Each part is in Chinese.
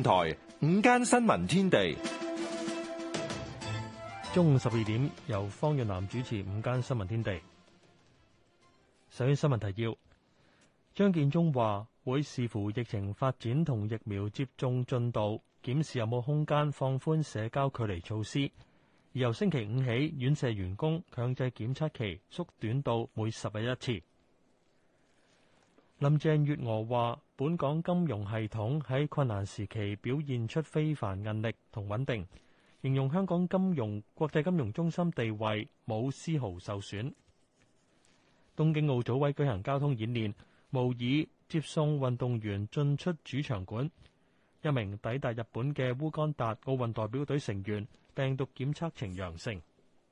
台午間新聞天地， 中午12點由方潤南主持午間新聞天地。首先新聞提要：張建宗話會視乎疫情發展同疫苗接種進度，檢視有冇空間放寬社交距離措施。而由星期五起，院舍員工強制檢測期縮短到每10日一次。林鄭月娥話：本港金融系統喺困難時期表現出非凡韌力同穩定，形容香港國際金融中心地位冇絲毫受損。東京奧組委舉行交通演練，模擬接送運動員進出主場館。一名抵達日本嘅烏干達奧運代表隊成員病毒檢測呈陽性。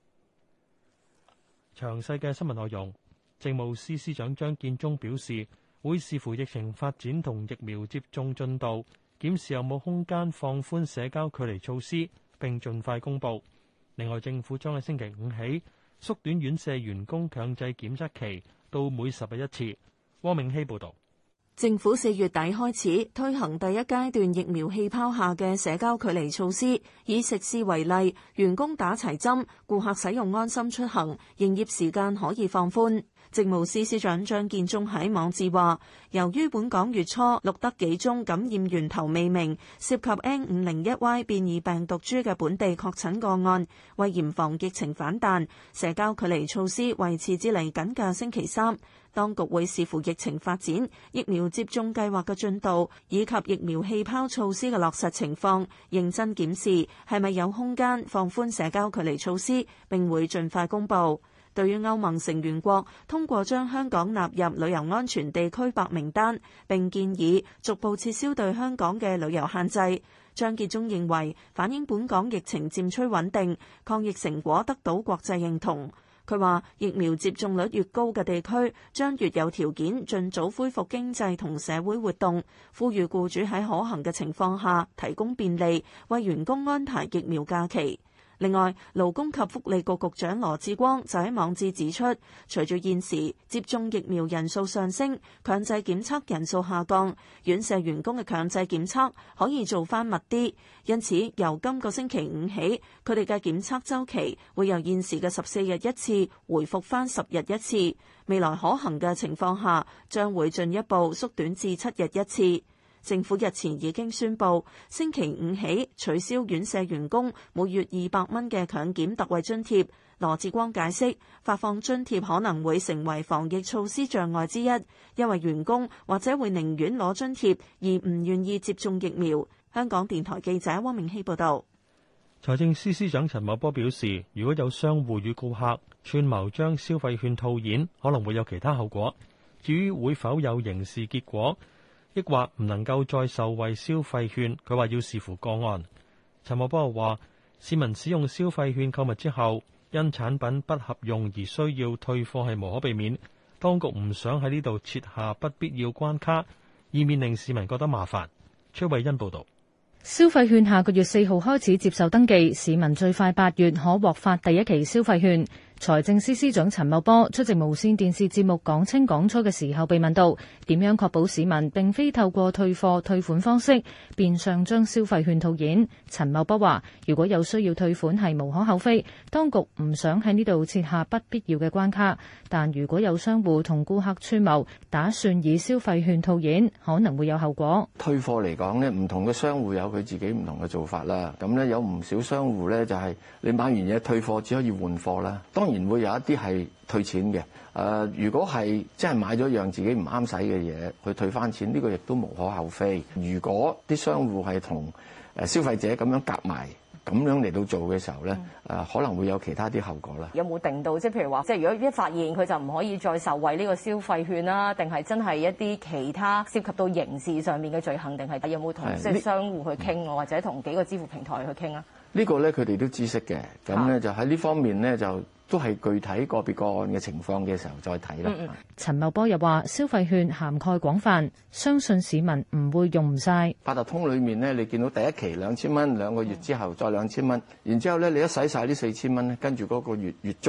詳細嘅新聞內容，政務司司長張建宗表示，會視乎疫情發展同疫苗接種進度，檢視有冇空間放寬社交距離措施，並盡快公佈。另外，政府將喺星期五起縮短院舍員工強制檢測期到每10日一次。汪明希報導。 政府4月底開始推行第一階段疫苗氣泡下嘅社交距離措施，以食肆為例，員工打齊針，顧客使用安心出行，營業時間可以放寬。政務司司長張建宗喺網誌話，由於本港月初錄得幾宗感染源頭未明，涉及 N501Y 變異病毒株嘅本地確診個案，為嚴防疫情反彈，社交距離措施維持至嚟緊嘅星期三。當局會視乎疫情發展、疫苗接種計劃嘅進度以及疫苗氣泡措施嘅落實情況，認真檢視係咪有空間放寬社交距離措施，並會盡快公佈。對於歐盟成員國通過將香港納入旅遊安全地區白名單，並建議逐步撤銷對香港嘅旅遊限制，張建宗認為反映本港疫情漸趨穩定，抗疫成果得到國際認同。佢話：疫苗接種率越高嘅地區，將越有條件盡早恢復經濟同社會活動。呼籲僱主喺可行嘅情況下提供便利，為員工安排疫苗假期。另外，勞工及福利局局長羅致光就喺網誌指出，隨住現時接種疫苗人數上升，強制檢測人數下降，院舍員工嘅強制檢測可以做返密啲，因此由今個星期五起，佢哋嘅檢測週期會由現時嘅14日一次回復返10日一次，未來可行嘅情況下，將會進一步縮短至7日一次。政府日前已經宣布，星期五起取消院舍員工每月200蚊嘅強檢特惠津貼。羅致光解釋，發放津貼可能會成為防疫措施障礙之一，因為員工或者會寧願攞津貼而唔願意接種疫苗。香港電台記者汪明希報導。 財政司司長陳茂波表示，如果有商戶與顧客串謀將消費券套現，可能會有其他後果。至於會否有刑事結果，抑或唔能夠再受惠消費券，佢話要視乎個案。陳茂波又話，市民使用消費券購物之後，因產品不合用而需要退貨係無可避免，當局唔想喺呢度設下不必要關卡，以免令市民覺得麻煩。崔慧欣報導。 消費券下個月4號開始接受登記，市民最快8月可獲發第一期消費券。財政司司長陳茂波出席無線電視節目講清講楚嘅時候，被問到點樣確保市民並非透過退貨退款方式變相將消費券套現。陳茂波話：如果有需要退款係無可厚非，當局唔想喺呢度設下不必要嘅關卡。但如果有商戶同顧客串謀，打算以消費券套現，可能會有後果。 退貨嚟講呢，唔同嘅商戶有佢自己唔同嘅做法啦。咁呢，有唔少商戶呢，就係你買完嘢退貨只可以換貨啦。當然會有一啲係退錢嘅。如果係真係買咗樣自己唔啱使嘅嘢，去退翻錢，呢個亦都無可厚非。如果啲商戶係同消費者咁樣夾埋，咁樣嚟到做嘅時候咧，可能會有其他啲後果啦。 有冇定到即係譬如話，即係如果一發現佢就唔可以再受惠呢個消費券啦，定係真係一啲其他涉及到刑事上面嘅罪行，定係有冇同即係商戶去傾，或者同幾個支付平台去傾啊？呢個咧佢哋都知悉嘅，咁咧就喺呢方面咧就都係具體個別個案嘅情況嘅時候再睇啦。 陳茂波又話：消費券涵蓋廣泛，相信市民唔會用唔晒。 八達通裏面咧，你見到第一期2000蚊，2個月之後再2000蚊，然之後咧你一使晒呢4000蚊咧，跟住嗰個月中咧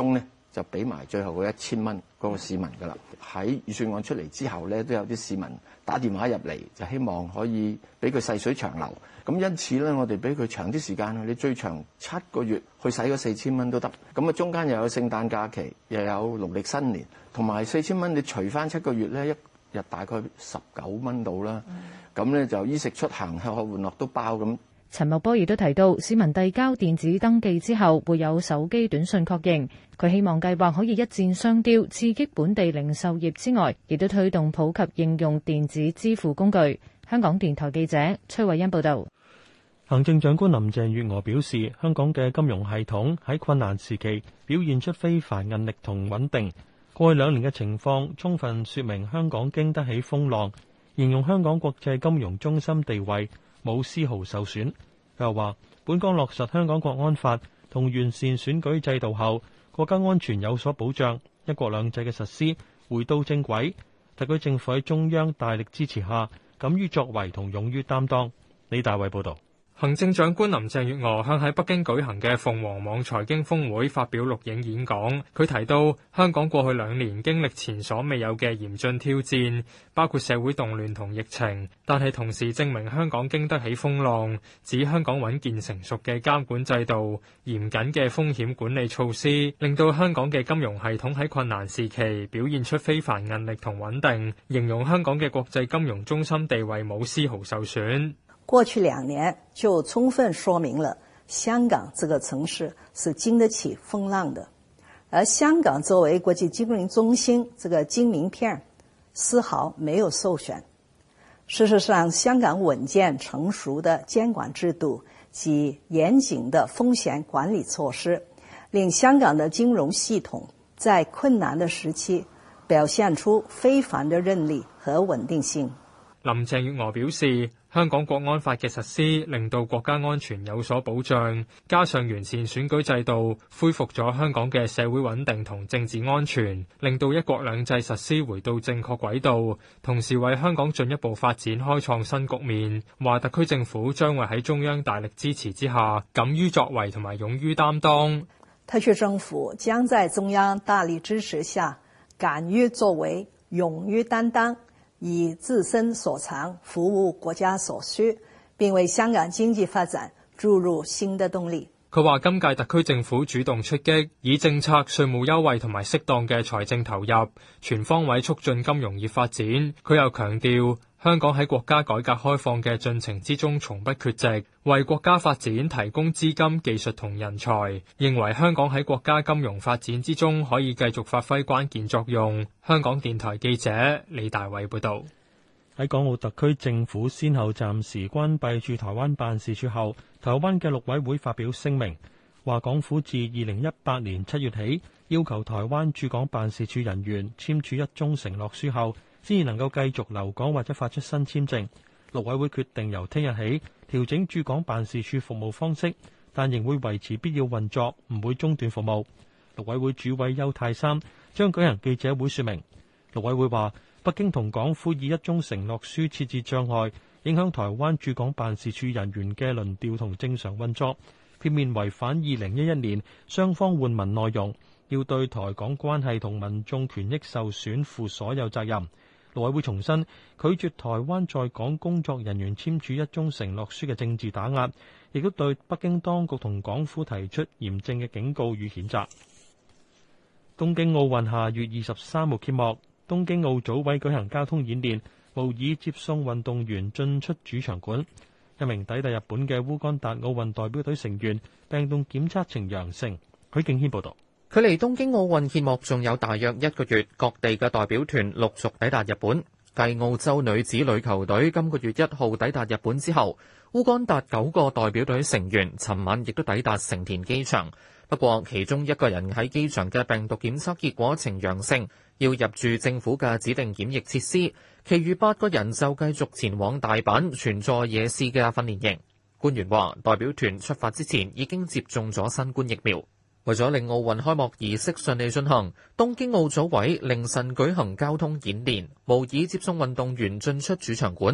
就俾埋最後嗰1000蚊嗰個市民㗎啦。喺預算案出嚟之後咧，都有啲市民打電話入嚟，就希望可以俾佢細水長流。咁因此咧，我哋俾佢長啲時間，你最長7個月去使嗰4000蚊都得。咁啊，中間又有聖誕假期，又有農曆新年，同埋4000蚊你除翻7個月咧，一日大概19蚊到啦。咁咧就衣食出行、吃喝玩樂都包咁。 陳茂波亦都提到，市民遞交電子登記之後會有手機短信確認。佢希望計劃可以一箭雙雕，刺激本地零售業之外，亦都推動普及應用電子支付工具。香港電台記者崔慧欣報道。 行政長官林鄭月娥表示，香港嘅金融系統喺困難時期表現出非凡韌力同穩定。過去2年嘅情況充分說明香港經得起風浪，形容香港國際金融中心地位冇絲毫受損。佢又話，本港落實香港國安法同完善選舉制度後，國家安全有所保障，一國兩制嘅實施回到正軌。特區政府喺中央大力支持下，敢於作為同勇於擔當。李大偉報導。 行政長官林鄭月娥向喺北京舉行嘅鳳凰網財經峰會發表錄影演講，佢提到香港過去2年經歷前所未有嘅嚴峻挑戰，包括社會動亂同疫情，但係同時證明香港經得起風浪，指香港穩健成熟嘅監管制度、嚴謹嘅風險管理措施，令到香港嘅金融系統喺困難時期表現出非凡韌力同穩定，形容香港嘅國際金融中心地位冇絲毫受損。 過去2年就充分說明了香港這個城市是經得起風浪的，而香港作為國際金融中心這個金名片絲毫沒有受損。事實上，香港穩健成熟的監管制度及嚴謹的風險管理措施，令香港的金融系統在困難的時期表現出非凡的韌力和穩定性。 林鄭月娥表示，香港國安法嘅實施令到國家安全有所保障，加上完善選舉制度，恢復咗香港嘅社會穩定同政治安全，令到一國兩制實施回到正確軌道，同時為香港進一步發展開創新局面。話特區政府將會喺中央大力支持之下，敢於作為同埋勇於擔當。 特區政府將在中央大力支持下，敢於作為，勇於擔當，以自身所長服務國家所需，並為香港經濟發展注入新的動力。 佢話今屆特區政府主動出擊，以政策、稅務優惠同埋適當嘅財政投入，全方位促進金融業發展。佢又強調，香港喺國家改革開放嘅進程之中從不缺席，為國家發展提供資金、技術同人才，認為香港喺國家金融發展之中可以繼續發揮關鍵作用。香港電台記者李大偉報導。 喺港澳特區政府先後暫時關閉駐台灣辦事處後，台灣嘅陸委會發表聲明，話港府自2018年7月起，要求台灣駐港辦事處人員簽署一宗承諾書後，先至能夠繼續留港或者發出新簽證。陸委會決定由聽日起調整駐港辦事處服務方式，但仍會維持必要運作，唔會中斷服務。陸委會主委邱太三將舉行記者會說明。陸委會話，北京同港府以一宗承諾書設置障礙，影響台灣駐港辦事處人員嘅輪調同正常運作，片面違反2011年雙方換文內容，要對台港關係同民眾權益受損負所有責任。陸委會重申，拒絕台灣在港工作人員簽署一宗承諾書嘅政治打壓，亦都對北京當局同港府提出嚴正嘅警告與譴責。東京奧運下月23號揭幕，東京奧組委舉行交通演練，模擬接送運動員進出主場館。一名抵達日本嘅烏干達奧運代表隊成員病毒檢測呈陽性。許敬軒報道。 距離東京奧運揭幕仲有大約1個月，各地嘅代表團陸續抵達日本。繼澳洲女子壘球隊今個月1號抵達日本之後，烏干達9個代表隊成員尋晚亦都抵達成田機場。不過，其中1個人喺機場嘅病毒檢測結果呈陽性，要入住政府嘅指定檢疫設施。其餘8個人就繼續前往大阪泉佐野市嘅訓練營。官員話，代表團出發之前已經接種咗新冠疫苗。為咗令奧運開幕儀式順利進行，東京奧組委凌晨舉行交通演練，模擬接送運動員進出主場館。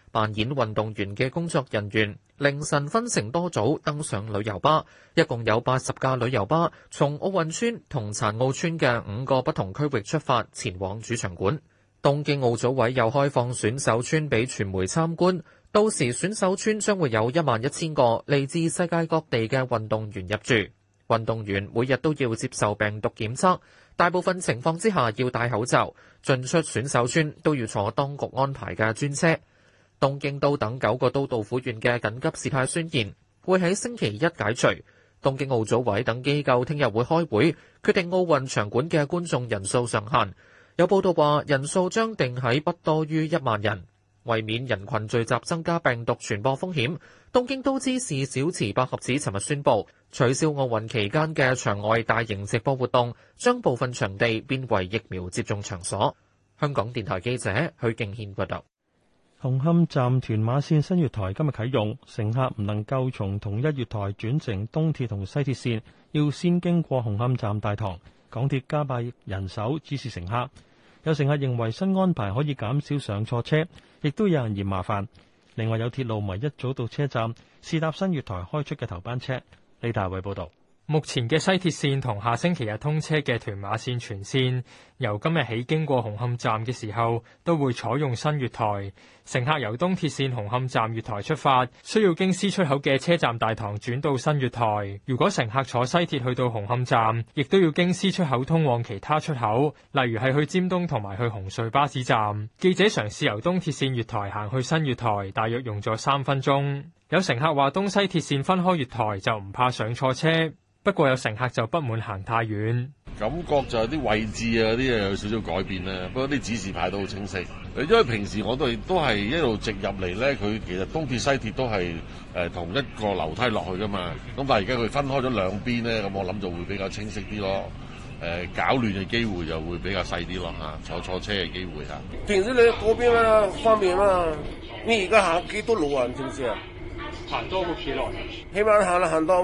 扮演運動員嘅工作人員凌晨分成多組登上旅遊巴，一共有80架旅遊巴從奧運村同殘奧村嘅5個不同區域出發，前往主場館。東京奧組委又開放選手村俾傳媒參觀，到時選手村將會有11000個嚟自世界各地嘅運動員入住。運動員每日都要接受病毒檢測，大部分情況之下要戴口罩，進出選手村都要坐當局安排嘅專車。東京都等9個都道府縣嘅緊急事態宣言會喺星期一解除。東京奧組委等機構聽日會開會，決定奧運場館嘅觀眾人數上限。有報道話，人數將定喺不多於1萬人。為免人群聚集增加病毒傳播風險，東京都知事小池百合子尋日宣布取消奧運期間嘅場外大型直播活動，將部分場地變為疫苗接種場所。香港電台記者許敬軒報道。 紅磡站屯馬線新月台今日啟用，乘客唔能夠從同一月台轉乘東鐵同西鐵線，要先經過紅磡站大堂。港鐵加派人手指示乘客。有乘客認為新安排可以減少上錯車，亦都有人嫌麻煩。另外有鐵路迷一早到車站試搭新月台開出嘅頭班車。李大偉報導。 目前嘅西鐵線同下星期日通車嘅屯馬線全線，由今日起經過紅磡站嘅時候，都會採用新月台。乘客由東鐵線紅磡站月台出發，需要經 C 出口嘅車站大堂轉到新月台。如果乘客坐西鐵去到紅磡站，亦都要經 C 出口通往其他出口，例如係去尖東同埋去紅隧巴士站。記者嘗試由東鐵線月台行去新月台，大約用咗3分鐘。有乘客話東西鐵線分開月台就唔怕上錯車。不過有乘客就不滿行太遠， 感覺就係啲位置啊啲嘢有少少改變啦。不過啲指示牌都好清晰，因為平時我哋都係一路直入嚟咧，佢其實東鐵西鐵都係同一個樓梯落去噶嘛。咁但係而家佢分開咗兩邊咧，咁我諗就會比較清晰啲咯。搞亂嘅機會就會比較細啲咯嚇，坐錯車嘅機會嚇。 平時你嗰邊啊方便嘛？你而家行幾多路啊？知唔知啊？ 行多過幾耐？ 起碼行到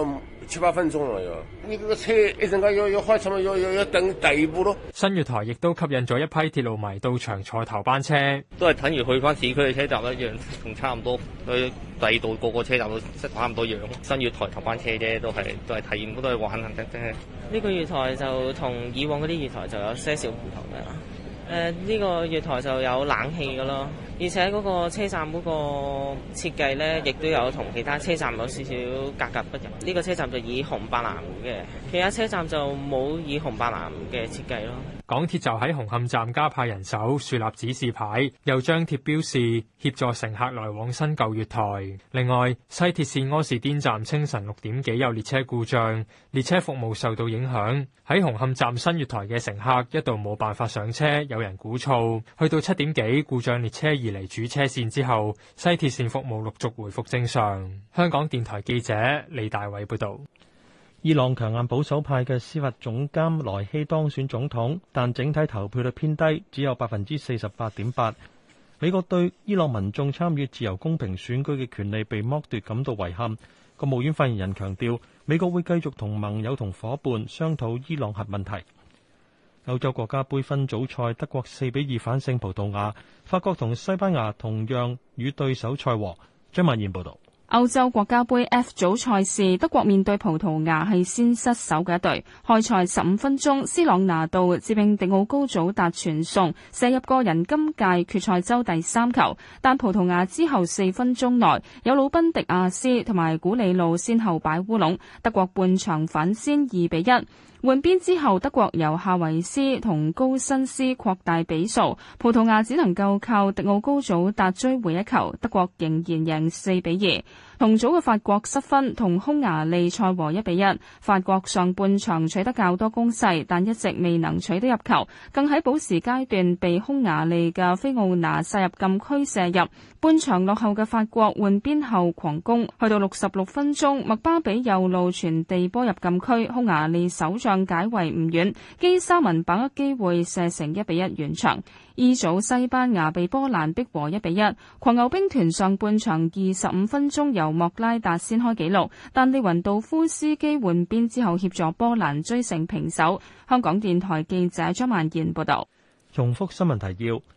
7、8分鐘啦又，呢個車一陣間要開車要等第二步咯。 新月台亦都吸引咗一批鐵路迷到場坐頭班車， 都係等於去翻市區嘅車站一樣，同差唔多。去第二度個車站都差唔多樣。新月台頭班車啫，都係體驗，都係玩下啫。 呢個月台就同以往嗰啲月台就有些少唔同嘅啦。呢個月台就有冷氣嘅咯，而且嗰個車站嗰個設計呢，亦都有同其他車站有少少格格不入。呢個車站就以紅白藍嘅，其他車站就冇以紅白藍嘅設計咯。 港鐵就喺紅磡站加派人手樹立指示牌，又張貼標示協助乘客來往新舊月台。另外，西鐵線柯士甸站清晨6點幾有列車故障，列車服務受到影響。喺紅磡站新月台嘅乘客一度冇辦法上車，有人鼓噪。去到7點幾，故障列車移離主車線之後，西鐵線服務陸續回復正常。香港電台記者李大偉報導。 伊朗強硬保守派嘅司法總監萊希當選總統，但整體投票率偏低，只有48.8%。美國對伊朗民眾參與自由公平選舉嘅權利被剝奪感到遺憾。國務院發言人強調，美國會繼續同盟友同夥伴商討伊朗核問題。歐洲國家盃分組賽，德國4-2反勝葡萄牙，法國同西班牙同樣與對手賽和。張曼燕報導。 歐洲國家盃 F 組賽事，德國面對葡萄牙係先失手嘅一隊。開賽15分鐘，斯朗拿度接應迪奧高祖達傳送，射入個人今屆決賽周第3球。但葡萄牙之後4分鐘內，有魯賓迪亞斯同埋古里路先後擺烏龍，德國半場反先2-1。換邊之後，德國由夏維斯同高辛斯擴大比數，葡萄牙只能夠靠迪奧高祖達追回一球，德國仍然贏4-2。同組嘅法國失分，同匈牙利賽和1-1。法國上半場取得較多攻勢，但一直未能取得入球，更喺補時階段被匈牙利嘅菲奧拿殺入禁區射入。半場落後嘅法國換邊後狂攻，去到66分鐘，麥巴比右路傳地波入禁區，匈牙利守將解圍唔遠，基沙文把握機會射成1-1完場。E 組西班牙被波蘭逼和1-1，狂牛兵團上半場25分鐘由莫拉達先開紀錄，但利雲道夫斯基換邊之後協助波蘭追成平手。香港電台記者張曼燕報道。 重複新聞提要：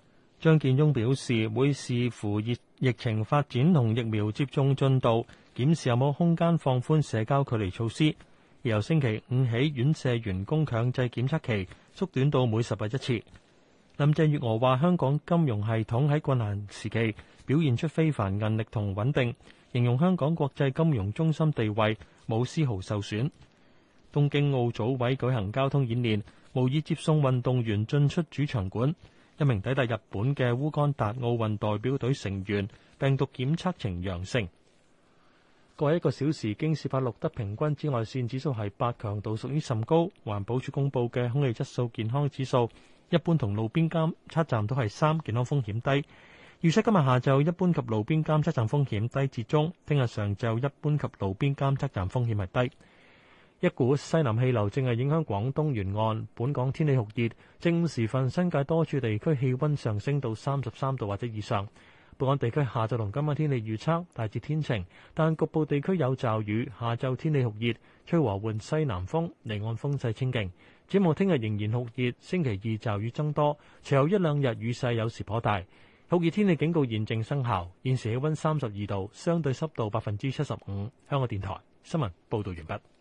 張建宗表示，會視乎疫情發展同疫苗接種進度，檢視有冇空間放寬社交距離措施。由星期五起，院舍員工強制檢測期縮短到每10日一次。林鄭月娥話：香港金融系統喺困難時期表現出非凡韌力同穩定，形容香港國際金融中心地位冇絲毫受損。東京奧組委舉行交通演練，模擬接送運動員進出主場館。一名抵達日本嘅烏干達奧運代表隊成員病毒檢測呈陽性。過去1個小時，京士柏錄得平均紫外線指數係8，強度屬於甚高。環保署公佈嘅空氣質素健康指數，一般同路邊監測站都係3，健康風險低。預測今日下晝一般及路邊監測站風險低至中，聽日上晝一般及路邊監測站風險係低。一股西南氣流正係影響廣東沿岸，本港天氣酷熱，正午時分新界多處地區氣溫上升到33度或者以上。本港地區下晝同今晚天氣預測大致天晴，但局部地區有驟雨。下晝天氣酷熱，吹和緩西南風，離岸風勢清勁。展望聽日仍然酷熱，星期2驟雨增多，隨後1、2日雨勢有時頗大。酷熱天氣警告現正生效。現時氣溫32度，相對濕度75%。香港電台新聞報道完畢。